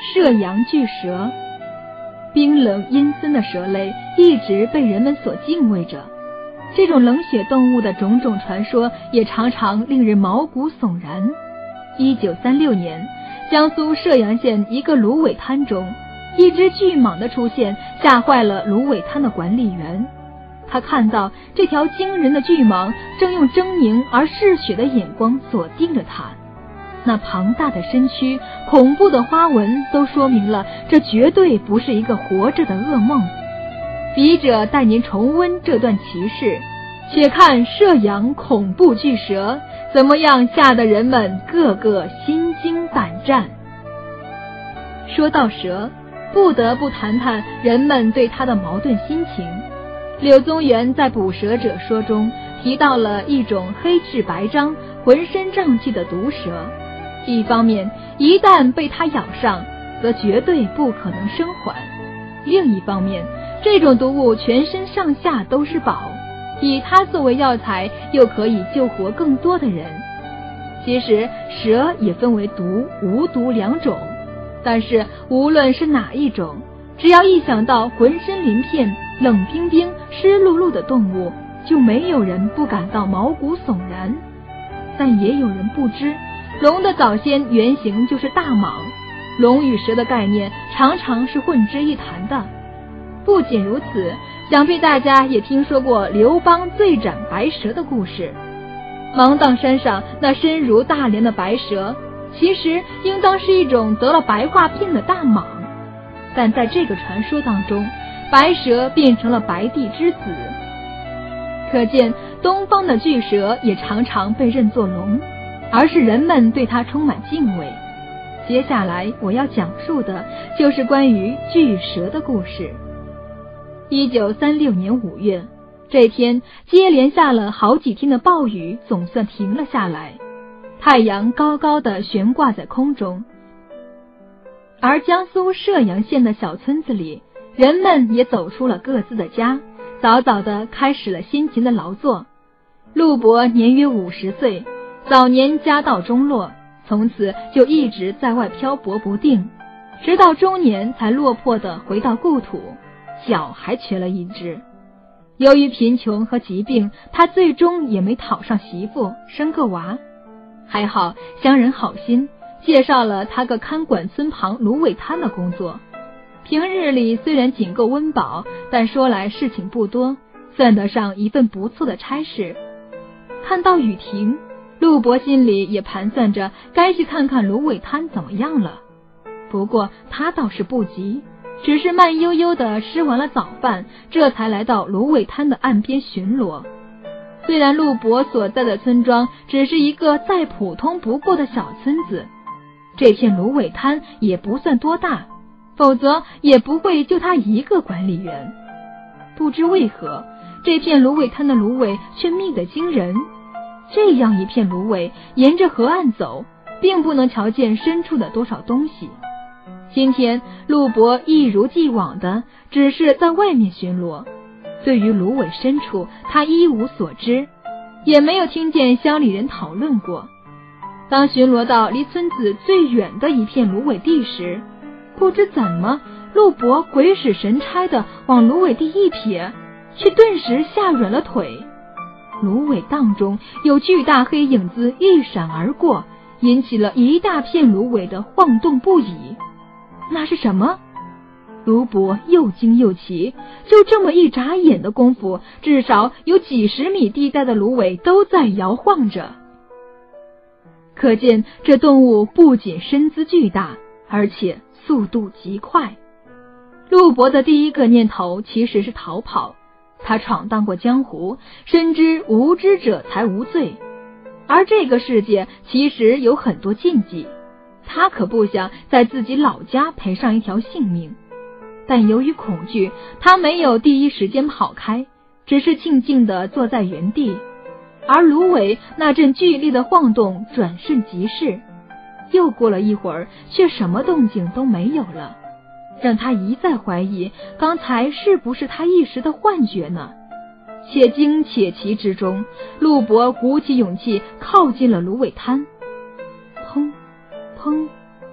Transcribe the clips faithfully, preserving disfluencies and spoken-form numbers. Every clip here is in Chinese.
射阳巨蛇。冰冷阴森的蛇类一直被人们所敬畏着，这种冷血动物的种种传说也常常令人毛骨悚然。一九三六年，江苏射阳县一个芦苇滩中，一只巨蟒的出现吓坏了芦苇滩的管理员。他看到这条惊人的巨蟒正用狰狞而嗜血的眼光锁定着他，那庞大的身躯、恐怖的花纹都说明了这绝对不是一个活着的噩梦。笔者带您重温这段奇事，且看射阳恐怖巨蛇怎么样吓得人们个个心惊胆战。说到蛇，不得不谈谈人们对它的矛盾心情。柳宗元在《捕蛇者说》中提到了一种黑翅白章、浑身瘴气的毒蛇，一方面一旦被它咬上，则绝对不可能生还；另一方面，这种毒物全身上下都是宝，以它作为药材，又可以救活更多的人。其实蛇也分为毒、无毒两种，但是无论是哪一种，只要一想到浑身鳞片、冷冰冰、湿漉漉的动物，就没有人不感到毛骨悚然。但也有人不知，龙的早先原型就是大蟒，龙与蛇的概念常常是混之一谈的。不仅如此，想必大家也听说过刘邦醉斩白蛇的故事。芒砀山上那身如大梁的白蛇，其实应当是一种得了白化病的大蟒，但在这个传说当中，白蛇变成了白帝之子。可见东方的巨蛇也常常被认作龙，而是人们对它充满敬畏。接下来我要讲述的就是关于巨蛇的故事。一九三六年五月，这天接连下了好几天的暴雨总算停了下来，太阳高高的悬挂在空中。而江苏射阳县的小村子里，人们也走出了各自的家，早早的开始了辛勤的劳作。陆伯年约五十岁，早年家道中落，从此就一直在外漂泊不定，直到中年才落魄的回到故土，脚还缺了一只。由于贫穷和疾病，他最终也没讨上媳妇，生个娃。还好乡人好心介绍了他个看管村旁芦苇滩的工作，平日里虽然仅够温饱，但说来事情不多，算得上一份不错的差事。看到雨停，陆伯心里也盘算着该去看看芦苇滩怎么样了。不过他倒是不急，只是慢悠悠地吃完了早饭，这才来到芦苇滩的岸边巡逻。虽然陆伯所在的村庄只是一个再普通不过的小村子，这片芦苇滩也不算多大，否则也不会就他一个管理员。不知为何，这片芦苇滩的芦苇却密得惊人。这样一片芦苇，沿着河岸走，并不能瞧见深处的多少东西。今天陆伯一如既往的只是在外面巡逻，对于芦苇深处他一无所知，也没有听见乡里人讨论过。当巡逻到离村子最远的一片芦苇地时，不知怎么陆伯鬼使神差的往芦苇地一瞥，却顿时吓软了腿。芦苇荡中有巨大黑影子一闪而过，引起了一大片芦苇的晃动不已。那是什么？卢伯又惊又奇，就这么一眨眼的功夫，至少有几十米地带的芦苇都在摇晃着。可见这动物不仅身姿巨大，而且速度极快。陆伯的第一个念头其实是逃跑，他闯荡过江湖，深知无知者才无罪，而这个世界其实有很多禁忌，他可不想在自己老家赔上一条性命。但由于恐惧，他没有第一时间跑开，只是静静地坐在原地。而芦苇那阵剧烈的晃动转瞬即逝，又过了一会儿，却什么动静都没有了，让他一再怀疑刚才是不是他一时的幻觉呢？且惊且奇之中，陆伯鼓起勇气靠近了芦苇滩。砰砰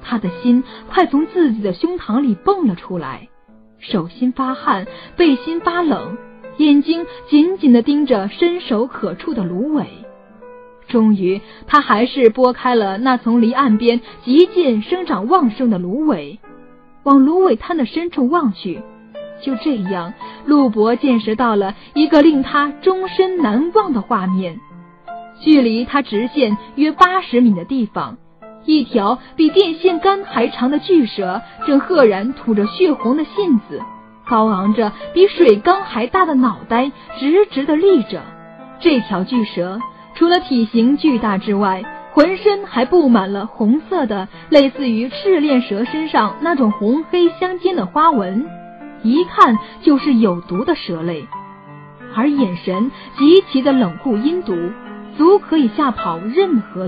他的心快从自己的胸膛里蹦了出来，手心发汗，背心发冷，眼睛紧紧地盯着伸手可触的芦苇。终于他还是拨开了那从离岸边极近生长旺盛的芦苇，往芦苇滩的深处望去。就这样，陆伯见识到了一个令他终身难忘的画面。距离他直线约八十米的地方，一条比电线杆还长的巨蛇正赫然吐着血红的信子，高昂着比水缸还大的脑袋，直直地立着。这条巨蛇除了体型巨大之外，浑身还布满了红色的，类似于赤练蛇身上那种红黑相间的花纹，一看就是有毒的蛇类，而眼神极其的冷酷阴毒，足可以吓跑任何。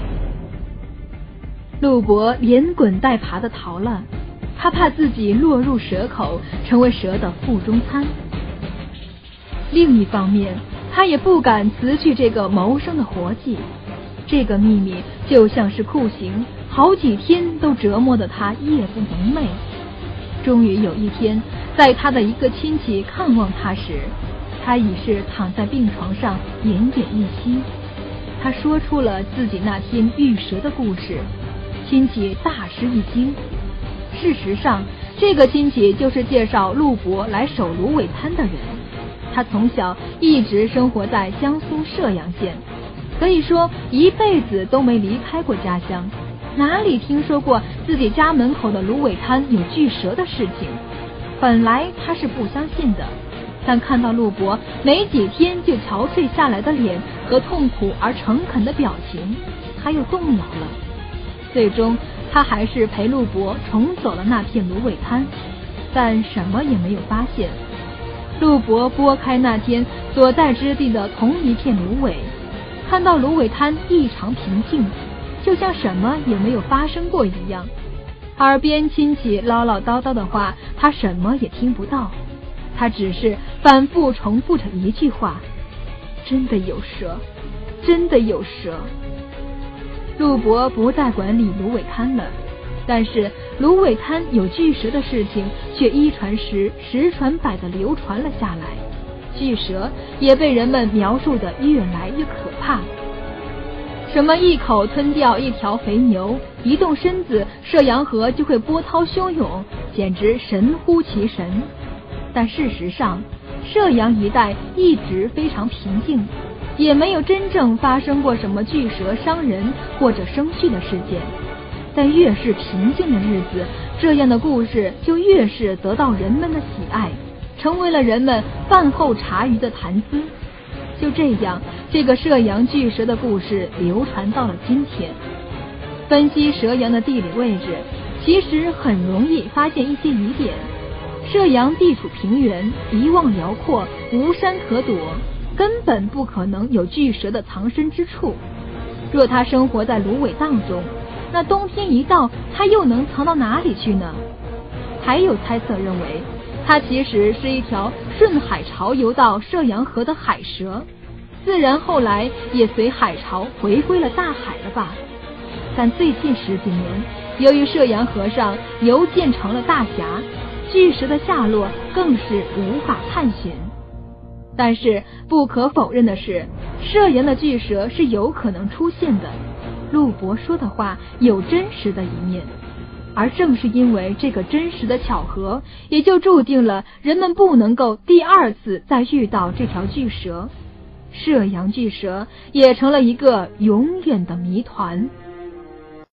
陆伯连滚带爬的逃了，他怕自己落入蛇口，成为蛇的腹中餐。另一方面，他也不敢辞去这个谋生的活计，这个秘密就像是酷刑，好几天都折磨得他夜不能寐。终于有一天，在他的一个亲戚看望他时，他已是躺在病床上奄奄一息。他说出了自己那天遇蛇的故事，亲戚大吃一惊。事实上，这个亲戚就是介绍陆伯来守芦苇滩的人。他从小一直生活在江苏射阳县，可以说一辈子都没离开过家乡，哪里听说过自己家门口的芦苇滩有巨蛇的事情。本来他是不相信的，但看到陆伯没几天就憔悴下来的脸和痛苦而诚恳的表情，他又动摇了。最终他还是陪陆伯重走了那片芦苇滩，但什么也没有发现。陆伯拨开那天所在之地的同一片芦苇，看到芦苇滩异常平静，就像什么也没有发生过一样。耳边亲戚唠唠叨叨的话，他什么也听不到，他只是反复重复着一句话：真的有蛇，真的有蛇。陆伯不再管理芦苇滩了，但是芦苇滩有巨蛇的事情却一传十，十传百的流传了下来，巨蛇也被人们描述得越来越可怕。什么一口吞掉一条肥牛，一动身子射阳河就会波涛汹涌，简直神乎其神。但事实上，射阳一带一直非常平静，也没有真正发生过什么巨蛇伤人或者生畜的事件。但越是平静的日子，这样的故事就越是得到人们的喜爱，成为了人们饭后茶余的谈资。就这样，这个射阳巨蛇的故事流传到了今天。分析蛇阳的地理位置，其实很容易发现一些疑点。射阳地处平原，一望辽阔，无山可躲，根本不可能有巨蛇的藏身之处。若它生活在芦苇荡中，那冬天一到，它又能藏到哪里去呢？还有猜测认为，它其实是一条顺海潮游到射阳河的海蛇，自然后来也随海潮回归了大海了吧。但最近十几年，由于射阳河上又建成了大峡，巨蛇的下落更是无法探寻。但是不可否认的是，射阳的巨蛇是有可能出现的。陆伯说的话有真实的一面，而正是因为这个真实的巧合，也就注定了人们不能够第二次再遇到这条巨蛇。射阳巨蛇也成了一个永远的谜团。